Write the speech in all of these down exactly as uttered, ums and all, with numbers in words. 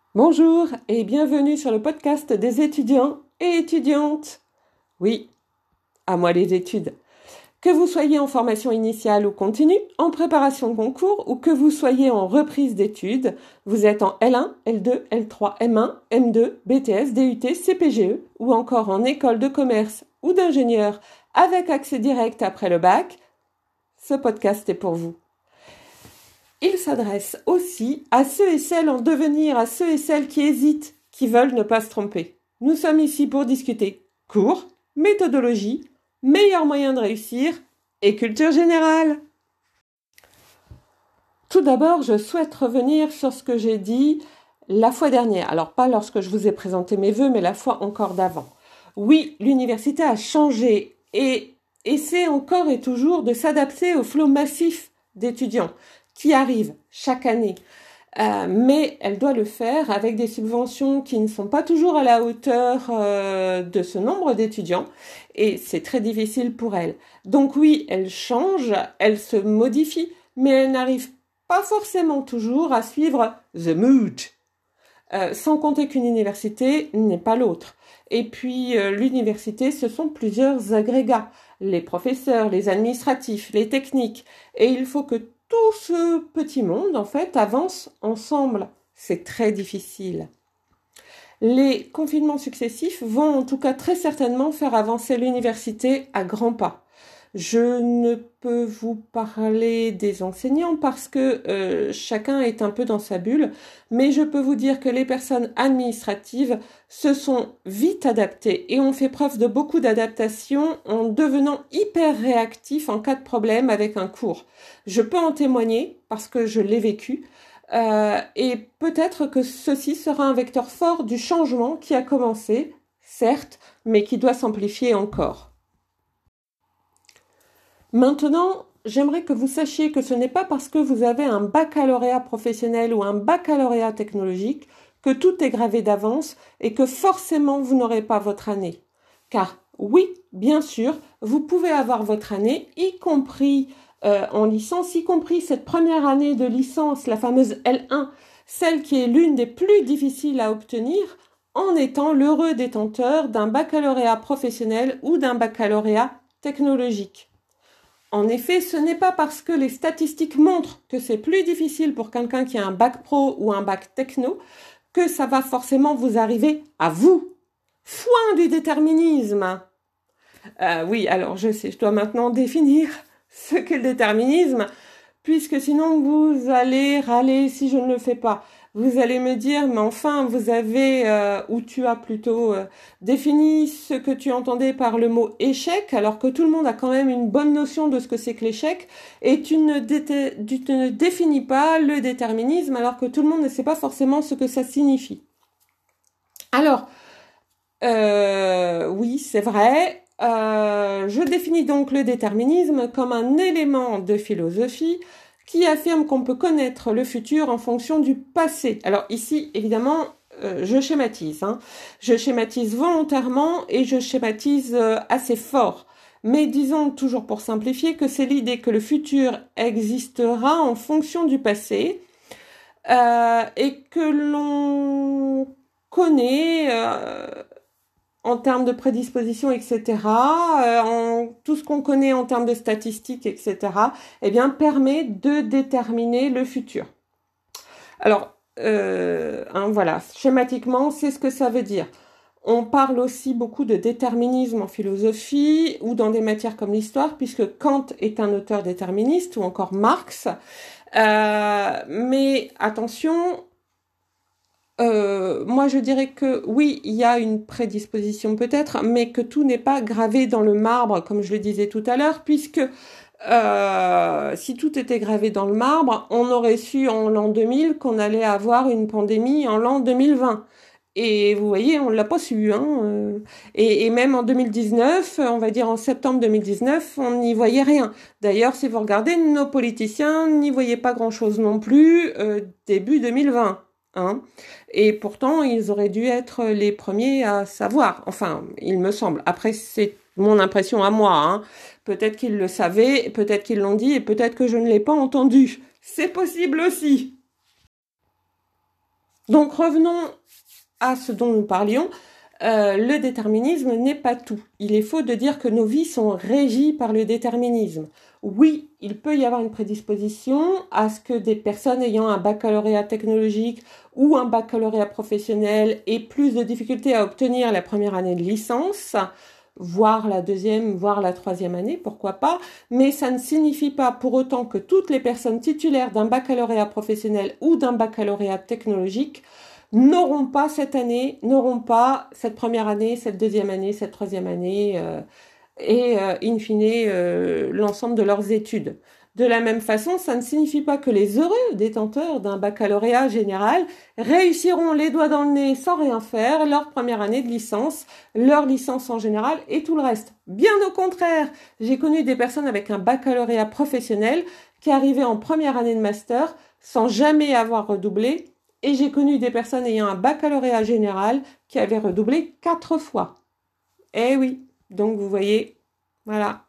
Bonjour et bienvenue sur le podcast des étudiants et étudiantes. Oui, à moi les études. Que vous soyez en formation initiale ou continue, en préparation de concours ou que vous soyez en reprise d'études, vous êtes en L un, L deux, L trois, M un, M deux, B T S, D U T, C P G E ou encore en école de commerce ou d'ingénieur avec accès direct après le bac, ce podcast est pour vous. Il s'adresse aussi à ceux et celles en devenir, à ceux et celles qui hésitent, qui veulent ne pas se tromper. Nous sommes ici pour discuter cours, méthodologie, meilleurs moyens de réussir et culture générale. Tout d'abord, je souhaite revenir sur ce que j'ai dit la fois dernière. Alors pas lorsque je vous ai présenté mes vœux, mais la fois encore d'avant. Oui, l'université a changé et essaie encore et toujours de s'adapter au flot massif d'étudiants qui arrivent chaque année. Euh, mais elle doit le faire avec des subventions qui ne sont pas toujours à la hauteur euh, de ce nombre d'étudiants et c'est très difficile pour elle. Donc oui, elle change, elle se modifie, mais elle n'arrive pas forcément toujours à suivre the mood. Euh, sans compter qu'une université n'est pas l'autre. Et puis euh, l'université, ce sont plusieurs agrégats, les professeurs, les administratifs, les techniques, et il faut que tout ce petit monde, en fait, avance ensemble. C'est très difficile. Les confinements successifs vont en tout cas très certainement faire avancer l'université à grands pas. Je ne peux vous parler des enseignants parce que euh, chacun est un peu dans sa bulle, mais je peux vous dire que les personnes administratives se sont vite adaptées et ont fait preuve de beaucoup d'adaptation en devenant hyper réactifs en cas de problème avec un cours. Je peux en témoigner parce que je l'ai vécu. Euh, et peut-être que ceci sera un vecteur fort du changement qui a commencé, certes, mais qui doit s'amplifier encore. Maintenant, j'aimerais que vous sachiez que ce n'est pas parce que vous avez un baccalauréat professionnel ou un baccalauréat technologique que tout est gravé d'avance et que forcément vous n'aurez pas votre année. Car oui, bien sûr, vous pouvez avoir votre année, y compris euh, en licence, y compris cette première année de licence, la fameuse L un, celle qui est l'une des plus difficiles à obtenir, en étant l'heureux détenteur d'un baccalauréat professionnel ou d'un baccalauréat technologique. En effet, ce n'est pas parce que les statistiques montrent que c'est plus difficile pour quelqu'un qui a un bac pro ou un bac techno que ça va forcément vous arriver à vous. Foin du déterminisme. Euh, oui, alors je sais, je dois maintenant définir ce qu'est le déterminisme, puisque sinon vous allez râler si je ne le fais pas. Vous allez me dire, mais enfin, vous avez, euh, ou tu as plutôt euh, défini ce que tu entendais par le mot échec, alors que tout le monde a quand même une bonne notion de ce que c'est que l'échec, et tu ne, dé- tu ne définis pas le déterminisme, alors que tout le monde ne sait pas forcément ce que ça signifie. Alors, euh, oui, c'est vrai. Euh, je définis donc le déterminisme comme un élément de philosophie qui affirme qu'on peut connaître le futur en fonction du passé. Alors ici, évidemment, euh, je schématise. Hein. Je schématise volontairement et je schématise euh, assez fort. Mais disons toujours pour simplifier que c'est l'idée que le futur existera en fonction du passé euh, et que l'on connaît... Euh, en termes de prédisposition, et cetera, euh, en tout ce qu'on connaît en termes de statistiques, et cetera, eh bien, permet de déterminer le futur. Alors, euh, hein, voilà, schématiquement, c'est ce que ça veut dire. On parle aussi beaucoup de déterminisme en philosophie ou dans des matières comme l'histoire, puisque Kant est un auteur déterministe, ou encore Marx. Euh, mais attention... Euh, moi, je dirais que oui, il y a une prédisposition peut-être, mais que tout n'est pas gravé dans le marbre, comme je le disais tout à l'heure, puisque euh, si tout était gravé dans le marbre, on aurait su en l'an deux mille qu'on allait avoir une pandémie en l'an deux mille vingt. Et vous voyez, on l'a pas su. Hein. Et, et même en deux mille dix-neuf, on va dire en septembre deux mille dix-neuf, on n'y voyait rien. D'ailleurs, si vous regardez, nos politiciens n'y voyaient pas grand-chose non plus euh, début deux mille vingt. Hein. Et pourtant, ils auraient dû être les premiers à savoir. Enfin, il me semble. Après, c'est mon impression à moi. Hein. Peut-être qu'ils le savaient, peut-être qu'ils l'ont dit, et peut-être que je ne l'ai pas entendu. C'est possible aussi. Donc revenons à ce dont nous parlions. Euh, le déterminisme n'est pas tout. Il est faux de dire que nos vies sont régies par le déterminisme. Oui, il peut y avoir une prédisposition à ce que des personnes ayant un baccalauréat technologique ou un baccalauréat professionnel aient plus de difficultés à obtenir la première année de licence, voire la deuxième, voire la troisième année, pourquoi pas, mais ça ne signifie pas pour autant que toutes les personnes titulaires d'un baccalauréat professionnel ou d'un baccalauréat technologique n'auront pas cette année, n'auront pas cette première année, cette deuxième année, cette troisième année, euh, et euh, in fine euh, l'ensemble de leurs études. De la même façon, ça ne signifie pas que les heureux détenteurs d'un baccalauréat général réussiront les doigts dans le nez sans rien faire leur première année de licence, leur licence en général et tout le reste. Bien au contraire, j'ai connu des personnes avec un baccalauréat professionnel qui arrivaient en première année de master sans jamais avoir redoublé, et j'ai connu des personnes ayant un baccalauréat général qui avaient redoublé quatre fois. Eh oui, donc vous voyez, voilà.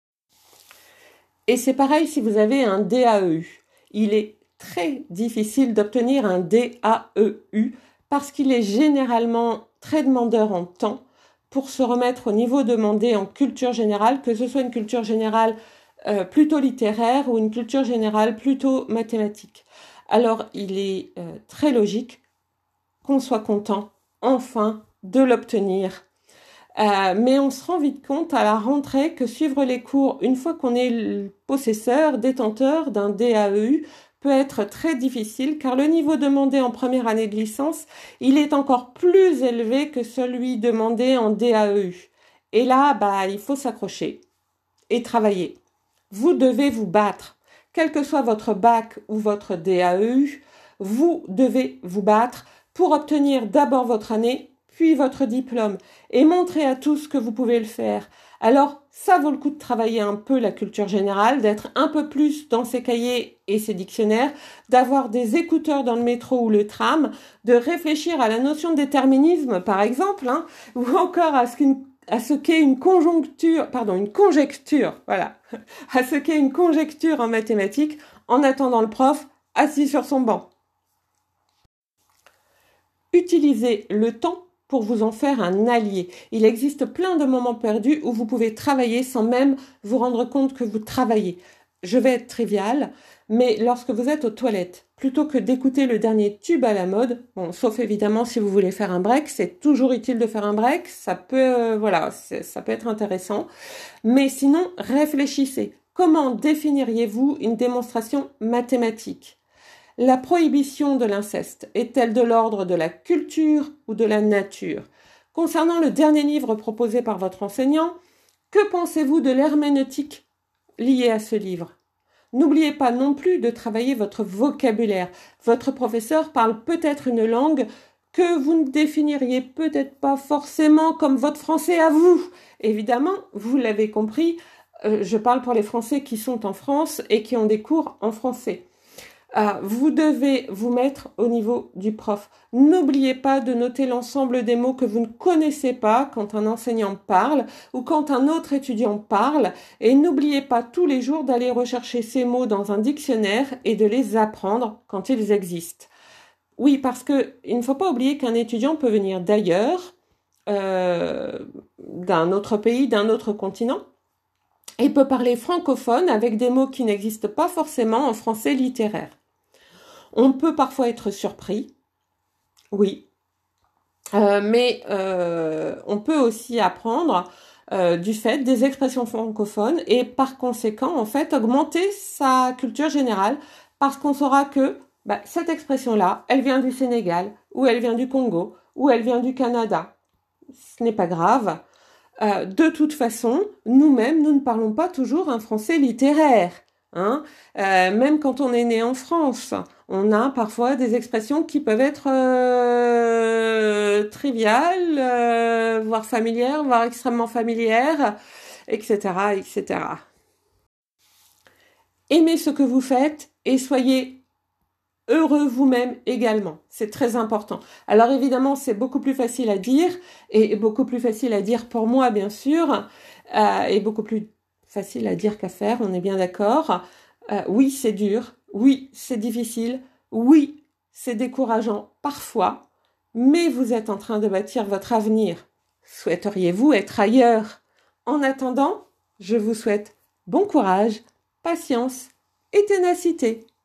Et c'est pareil si vous avez un D A E U. Il est très difficile d'obtenir un D A E U parce qu'il est généralement très demandeur en temps pour se remettre au niveau demandé en culture générale, que ce soit une culture générale euh, plutôt littéraire ou une culture générale plutôt mathématique. Alors, il est euh, très logique qu'on soit content, enfin, de l'obtenir. Euh, mais on se rend vite compte à la rentrée que suivre les cours, une fois qu'on est le possesseur, détenteur d'un D A E U, peut être très difficile car le niveau demandé en première année de licence, il est encore plus élevé que celui demandé en D A E U. Et là, bah, il faut s'accrocher et travailler. Vous devez vous battre. Quel que soit votre bac ou votre D A E U, vous devez vous battre pour obtenir d'abord votre année, puis votre diplôme, et montrer à tous que vous pouvez le faire. Alors, ça vaut le coup de travailler un peu la culture générale, d'être un peu plus dans ses cahiers et ses dictionnaires, d'avoir des écouteurs dans le métro ou le tram, de réfléchir à la notion de déterminisme, par exemple, hein, ou encore à ce qu'une à ce qu'est une conjoncture, pardon, une conjecture, voilà, à ce qu'est une conjecture en mathématiques, en attendant le prof assis sur son banc. Utilisez le temps pour vous en faire un allié. Il existe plein de moments perdus où vous pouvez travailler sans même vous rendre compte que vous travaillez. Je vais être trivial, mais lorsque vous êtes aux toilettes, plutôt que d'écouter le dernier tube à la mode, bon, sauf évidemment si vous voulez faire un break, c'est toujours utile de faire un break, ça peut, euh, voilà, ça peut être intéressant. Mais sinon, réfléchissez. Comment définiriez-vous une démonstration mathématique ? La prohibition de l'inceste est-elle de l'ordre de la culture ou de la nature ? Concernant le dernier livre proposé par votre enseignant, que pensez-vous de l'herméneutique liée à ce livre ? N'oubliez pas non plus de travailler votre vocabulaire. Votre professeur parle peut-être une langue que vous ne définiriez peut-être pas forcément comme votre français à vous. Évidemment, vous l'avez compris, euh, je parle pour les Français qui sont en France et qui ont des cours en français. Euh, vous devez vous mettre au niveau du prof. N'oubliez pas de noter l'ensemble des mots que vous ne connaissez pas quand un enseignant parle ou quand un autre étudiant parle, et n'oubliez pas tous les jours d'aller rechercher ces mots dans un dictionnaire et de les apprendre quand ils existent. Oui, parce que il ne faut pas oublier qu'un étudiant peut venir d'ailleurs, euh, d'un autre pays, d'un autre continent, et peut parler francophone avec des mots qui n'existent pas forcément en français littéraire. On peut parfois être surpris, oui, euh, mais euh, on peut aussi apprendre euh, du fait des expressions francophones et par conséquent, en fait, augmenter sa culture générale parce qu'on saura que bah, cette expression-là, elle vient du Sénégal, ou elle vient du Congo, ou elle vient du Canada. Ce n'est pas grave. Euh, de toute façon, nous-mêmes, nous ne parlons pas toujours un français littéraire. Hein. Euh, même quand on est né en France, on a parfois des expressions qui peuvent être euh, triviales, euh, voire familières, voire extrêmement familières, et cetera, et cetera. Aimez ce que vous faites et soyez heureux vous-même également. C'est très important. Alors évidemment, c'est beaucoup plus facile à dire et beaucoup plus facile à dire pour moi, bien sûr, euh, et beaucoup plus facile à dire qu'à faire, on est bien d'accord. Euh, oui, c'est dur. Oui, c'est difficile. Oui, c'est décourageant parfois, mais vous êtes en train de bâtir votre avenir. Souhaiteriez-vous être ailleurs? En attendant, je vous souhaite bon courage, patience et ténacité.